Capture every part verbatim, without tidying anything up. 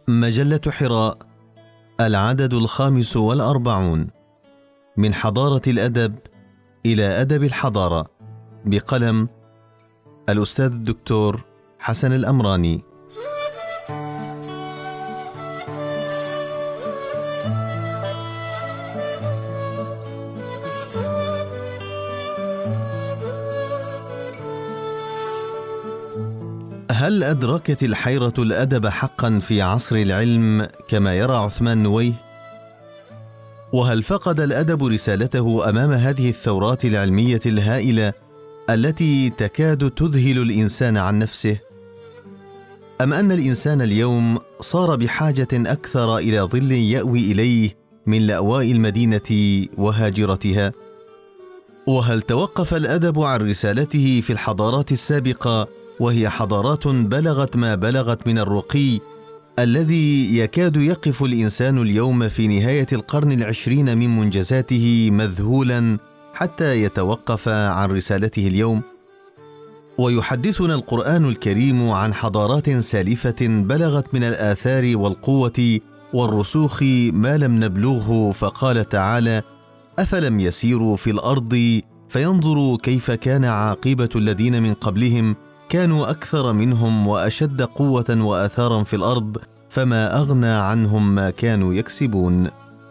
مجلة حراء، العدد الخامس والأربعون، من حضارة الأدب إلى أدب الحضارة، بقلم الأستاذ الدكتور حسن الأمراني. هل أدركت الحيرة الأدب حقا في عصر العلم كما يرى عثمان نويه؟ وهل فقد الأدب رسالته أمام هذه الثورات العلمية الهائلة التي تكاد تذهل الإنسان عن نفسه؟ أم أن الإنسان اليوم صار بحاجة أكثر إلى ظل يأوي إليه من لأواء المدينة وهاجرتها؟ وهل توقف الأدب عن رسالته في الحضارات السابقة، وهي حضارات بلغت ما بلغت من الرقي الذي يكاد يقف الإنسان اليوم في نهاية القرن العشرين من منجزاته مذهولا حتى يتوقف عن رسالته اليوم؟ ويحدثنا القرآن الكريم عن حضارات سالفة بلغت من الآثار والقوة والرسوخ ما لم نبلغه، فقال تعالى: أفلم يسيروا في الأرض فينظروا كيف كان عاقبة الذين من قبلهم كانوا أكثر منهم وأشد قوة وآثارا في الأرض فما أغنى عنهم ما كانوا يكسبون.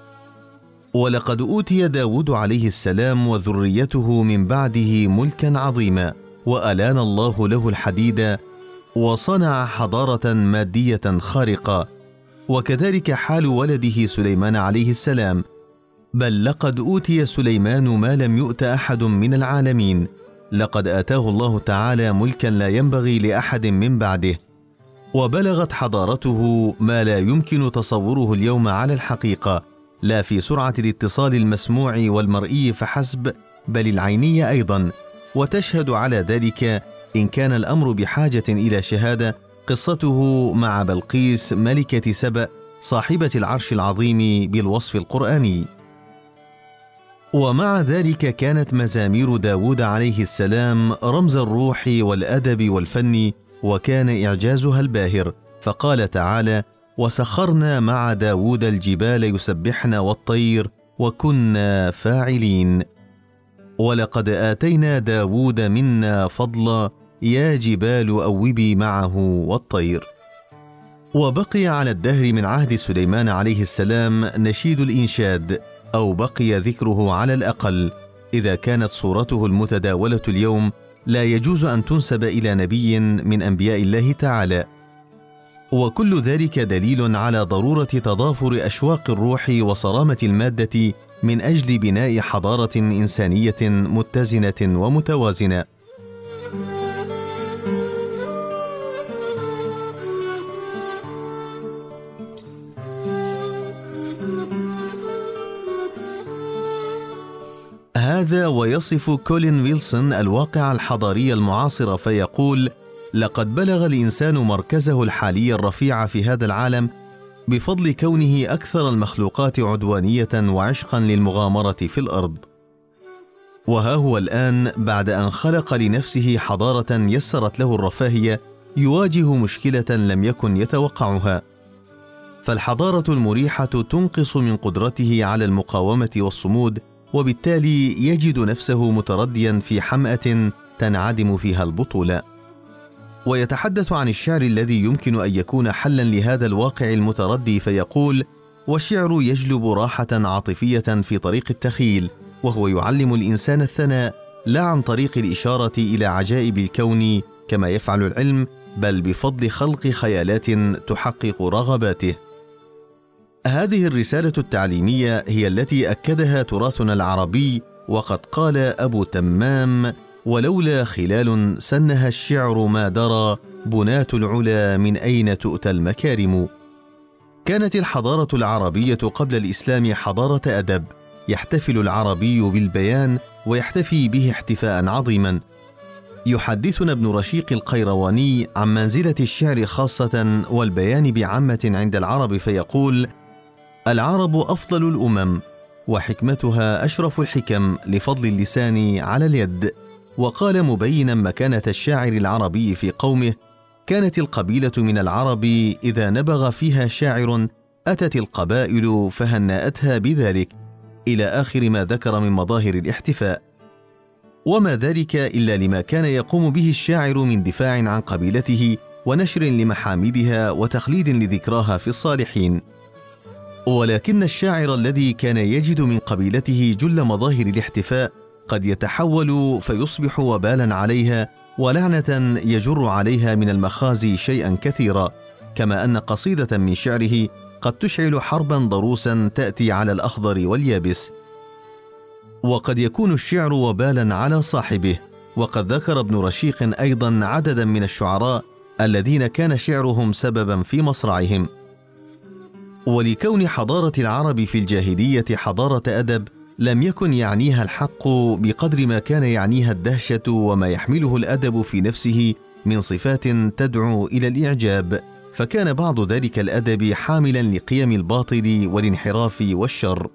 ولقد أوتي داود عليه السلام وذريته من بعده ملكا عظيما، وألان الله له الحديد وصنع حضارة مادية خارقة، وكذلك حال ولده سليمان عليه السلام، بل لقد أوتي سليمان ما لم يؤت أحد من العالمين، لقد آتاه الله تعالى ملكا لا ينبغي لأحد من بعده، وبلغت حضارته ما لا يمكن تصوره اليوم على الحقيقة، لا في سرعة الاتصال المسموع والمرئي فحسب، بل العينية أيضا، وتشهد على ذلك إن كان الأمر بحاجة إلى شهادة قصته مع بلقيس ملكة سبأ صاحبة العرش العظيم بالوصف القرآني. ومع ذلك كانت مزامير داود عليه السلام رمز الروح والأدب والفن، وكان إعجازها الباهر، فقال تعالى: وسخرنا مع داود الجبال يسبحن والطير وكنا فاعلين. ولقد آتينا داود منا فضلا يا جبال أوبي معه والطير. وبقي على الدهر من عهد سليمان عليه السلام نشيد الإنشاد، أو بقي ذكره على الأقل، إذا كانت صورته المتداولة اليوم لا يجوز أن تنسب إلى نبي من أنبياء الله تعالى. وكل ذلك دليل على ضرورة تضافر أشواق الروح وصرامة المادة من أجل بناء حضارة إنسانية متزنة ومتوازنة. هذا ويصف كولين ويلسون الواقع الحضاري المعاصر فيقول: لقد بلغ الإنسان مركزه الحالي الرفيع في هذا العالم بفضل كونه أكثر المخلوقات عدوانية وعشقا للمغامرة في الأرض. وها هو الآن بعد أن خلق لنفسه حضارة يسرت له الرفاهية يواجه مشكلة لم يكن يتوقعها، فالحضارة المريحة تنقص من قدرته على المقاومة والصمود، وبالتالي يجد نفسه مترديا في حمأة تنعدم فيها البطولة. ويتحدث عن الشعر الذي يمكن أن يكون حلا لهذا الواقع المتردي فيقول: والشعر يجلب راحة عاطفية في طريق التخيل، وهو يعلم الإنسان الثناء لا عن طريق الإشارة إلى عجائب الكون كما يفعل العلم، بل بفضل خلق خيالات تحقق رغباته. هذه الرسالة التعليمية هي التي أكدها تراثنا العربي، وقد قال أبو تمام: ولولا خلال سنها الشعر ما درى بناة العلا من أين تؤتى المكارم. كانت الحضارة العربية قبل الإسلام حضارة أدب، يحتفل العربي بالبيان ويحتفي به احتفاء عظيما. يحدثنا ابن رشيق القيرواني عن منزلة الشعر خاصة والبيان بعامة عند العرب فيقول: العرب أفضل الأمم، وحكمتها أشرف الحكم لفضل اللسان على اليد. وقال مبينا مكانة الشاعر العربي في قومه: كانت القبيلة من العرب إذا نبغ فيها شاعر أتت القبائل فهنأتها بذلك، إلى آخر ما ذكر من مظاهر الاحتفاء. وما ذلك إلا لما كان يقوم به الشاعر من دفاع عن قبيلته ونشر لمحامدها وتخليد لذكراها في الصالحين. ولكن الشاعر الذي كان يجد من قبيلته جل مظاهر الاحتفاء قد يتحول فيصبح وبالا عليها ولعنة يجر عليها من المخازي شيئا كثيرا، كما أن قصيدة من شعره قد تشعل حربا ضروسا تأتي على الأخضر واليابس. وقد يكون الشعر وبالا على صاحبه. وقد ذكر ابن رشيق أيضا عددا من الشعراء الذين كان شعرهم سببا في مصرعهم. ولكون حضارة العرب في الجاهلية حضارة أدب لم يكن يعنيها الحق بقدر ما كان يعنيها الدهشة وما يحمله الأدب في نفسه من صفات تدعو إلى الإعجاب، فكان بعض ذلك الأدب حاملا لقيم الباطل والانحراف والشر.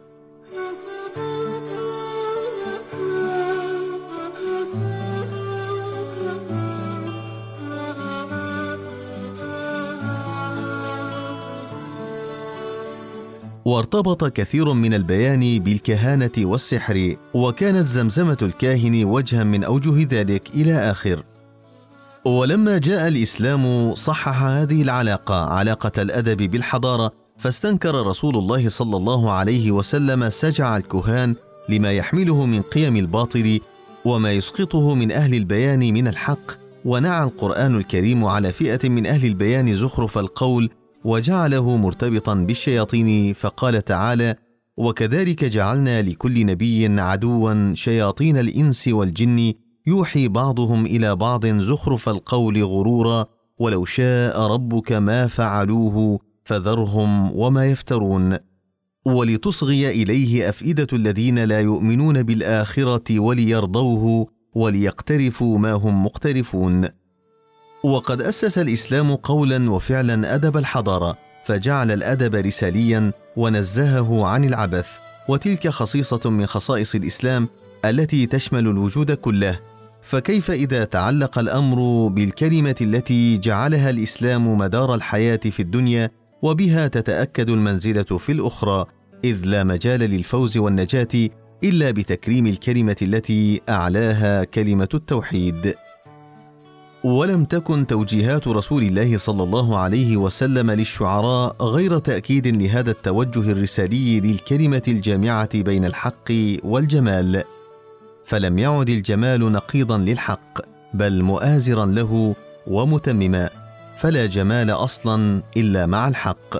وارتبط كثير من البيان بالكهانة والسحر، وكانت زمزمة الكاهن وجها من أوجه ذلك إلى آخر. ولما جاء الإسلام صحح هذه العلاقة، علاقة الأدب بالحضارة، فاستنكر رسول الله صلى الله عليه وسلم سجع الكهان لما يحمله من قيم الباطل وما يسقطه من أهل البيان من الحق، ونعى القرآن الكريم على فئة من أهل البيان زخرف القول وجعله مرتبطا بالشياطين، فقال تعالى: وكذلك جعلنا لكل نبي عدوا شياطين الإنس والجن يوحي بعضهم إلى بعض زخرف القول غرورا ولو شاء ربك ما فعلوه فذرهم وما يفترون. ولتصغي إليه أفئدة الذين لا يؤمنون بالآخرة وليرضوه وليقترفوا ما هم مقترفون. وقد أسس الإسلام قولا وفعلا أدب الحضارة، فجعل الأدب رساليا ونزهه عن العبث، وتلك خصيصة من خصائص الإسلام التي تشمل الوجود كله. فكيف إذا تعلق الأمر بالكلمة التي جعلها الإسلام مدار الحياة في الدنيا وبها تتأكد المنزلة في الأخرى، إذ لا مجال للفوز والنجاة إلا بتكريم الكلمة التي أعلاها كلمة التوحيد. ولم تكن توجيهات رسول الله صلى الله عليه وسلم للشعراء غير تأكيد لهذا التوجه الرسالي للكلمة الجامعة بين الحق والجمال، فلم يعد الجمال نقيضا للحق بل مؤازرا له ومتمما، فلا جمال أصلا إلا مع الحق.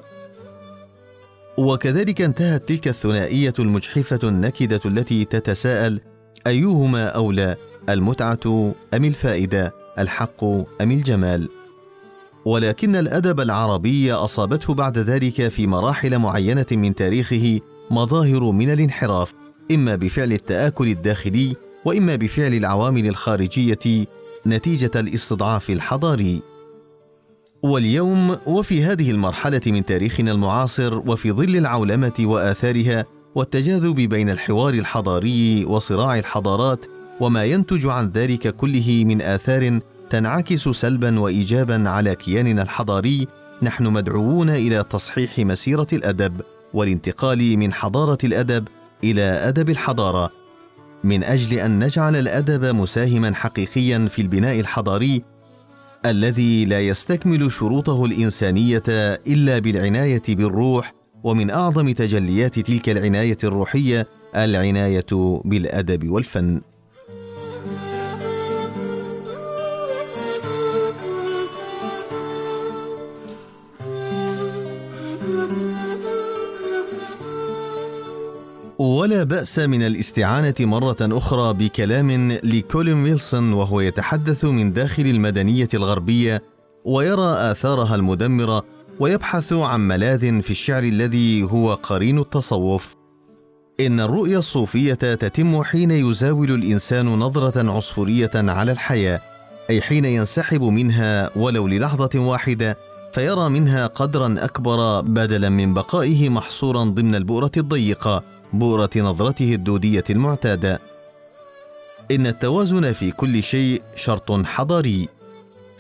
وكذلك انتهت تلك الثنائية المجحفة النكدة التي تتساءل: أيهما أولى، المتعة أم الفائدة، الحق أم الجمال؟ ولكن الأدب العربي أصابته بعد ذلك في مراحل معينة من تاريخه مظاهر من الانحراف، إما بفعل التآكل الداخلي وإما بفعل العوامل الخارجية نتيجة الاستضعاف الحضاري. واليوم وفي هذه المرحلة من تاريخنا المعاصر، وفي ظل العولمة وآثارها والتجاذب بين الحوار الحضاري وصراع الحضارات وما ينتج عن ذلك كله من آثار تنعكس سلبا وإيجابا على كياننا الحضاري، نحن مدعوون إلى تصحيح مسيرة الأدب والانتقال من حضارة الأدب إلى أدب الحضارة، من أجل أن نجعل الأدب مساهما حقيقيا في البناء الحضاري الذي لا يستكمل شروطه الإنسانية إلا بالعناية بالروح، ومن أعظم تجليات تلك العناية الروحية العناية بالأدب والفن. ولا بأس من الاستعانة مرة أخرى بكلام لكولين ويلسون وهو يتحدث من داخل المدنية الغربية ويرى آثارها المدمرة، ويبحث عن ملاذ في الشعر الذي هو قرين التصوف. إن الرؤية الصوفية تتم حين يزاول الإنسان نظرة عصفورية على الحياة، أي حين ينسحب منها ولو للحظة واحدة فيرى منها قدرا أكبر بدلا من بقائه محصورا ضمن البؤرة الضيقة، بؤرة نظرته الدودية المعتادة. إن التوازن في كل شيء شرط حضاري،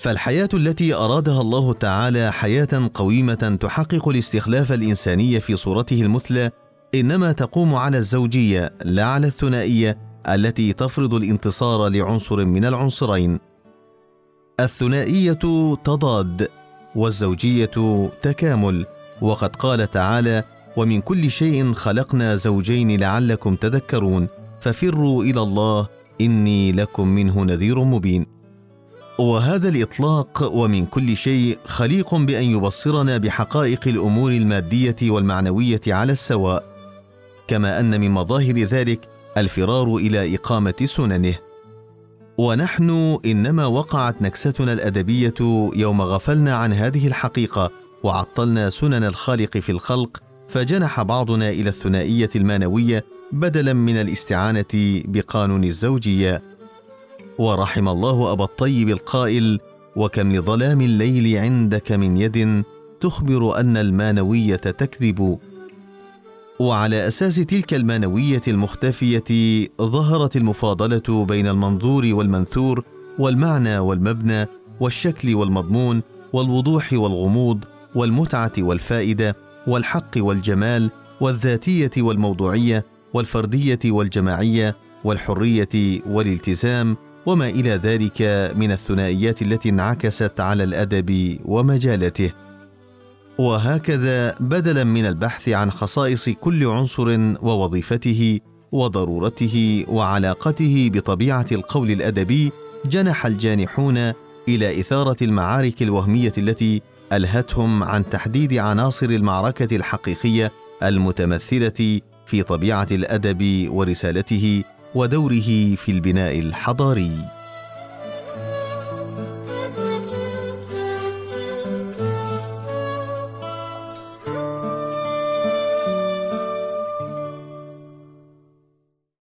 فالحياة التي أرادها الله تعالى حياة قويمة تحقق الاستخلاف الإنساني في صورته المثلى إنما تقوم على الزوجية لا على الثنائية التي تفرض الانتصار لعنصر من العنصرين. الثنائية تضاد والزوجية تكامل، وقد قال تعالى: ومن كل شيء خلقنا زوجين لعلكم تذكرون ففروا إلى الله إني لكم منه نذير مبين. وهذا الإطلاق ومن كل شيء خليق بأن يبصرنا بحقائق الأمور المادية والمعنوية على السواء، كما أن من مظاهر ذلك الفرار إلى إقامة سننه. ونحن إنما وقعت نكستنا الأدبية يوم غفلنا عن هذه الحقيقة وعطلنا سنن الخالق في الخلق، فجنح بعضنا إلى الثنائية المانوية بدلا من الاستعانة بقانون الزوجية. ورحم الله أبا الطيب القائل: وكم لظلام الليل عندك من يد تخبر أن المانوية تكذب. وعلى أساس تلك المانوية المختفية ظهرت المفاضلة بين المنظور والمنثور، والمعنى والمبنى، والشكل والمضمون، والوضوح والغموض، والمتعة والفائدة، والحق والجمال، والذاتية والموضوعية، والفردية والجماعية، والحرية والالتزام، وما إلى ذلك من الثنائيات التي انعكست على الأدب ومجالته. وهكذا بدلا من البحث عن خصائص كل عنصر ووظيفته وضرورته وعلاقته بطبيعة القول الأدبي، جنح الجانحون إلى إثارة المعارك الوهمية التي ألهتهم عن تحديد عناصر المعركة الحقيقية المتمثلة في طبيعة الأدب ورسالته ودوره في البناء الحضاري.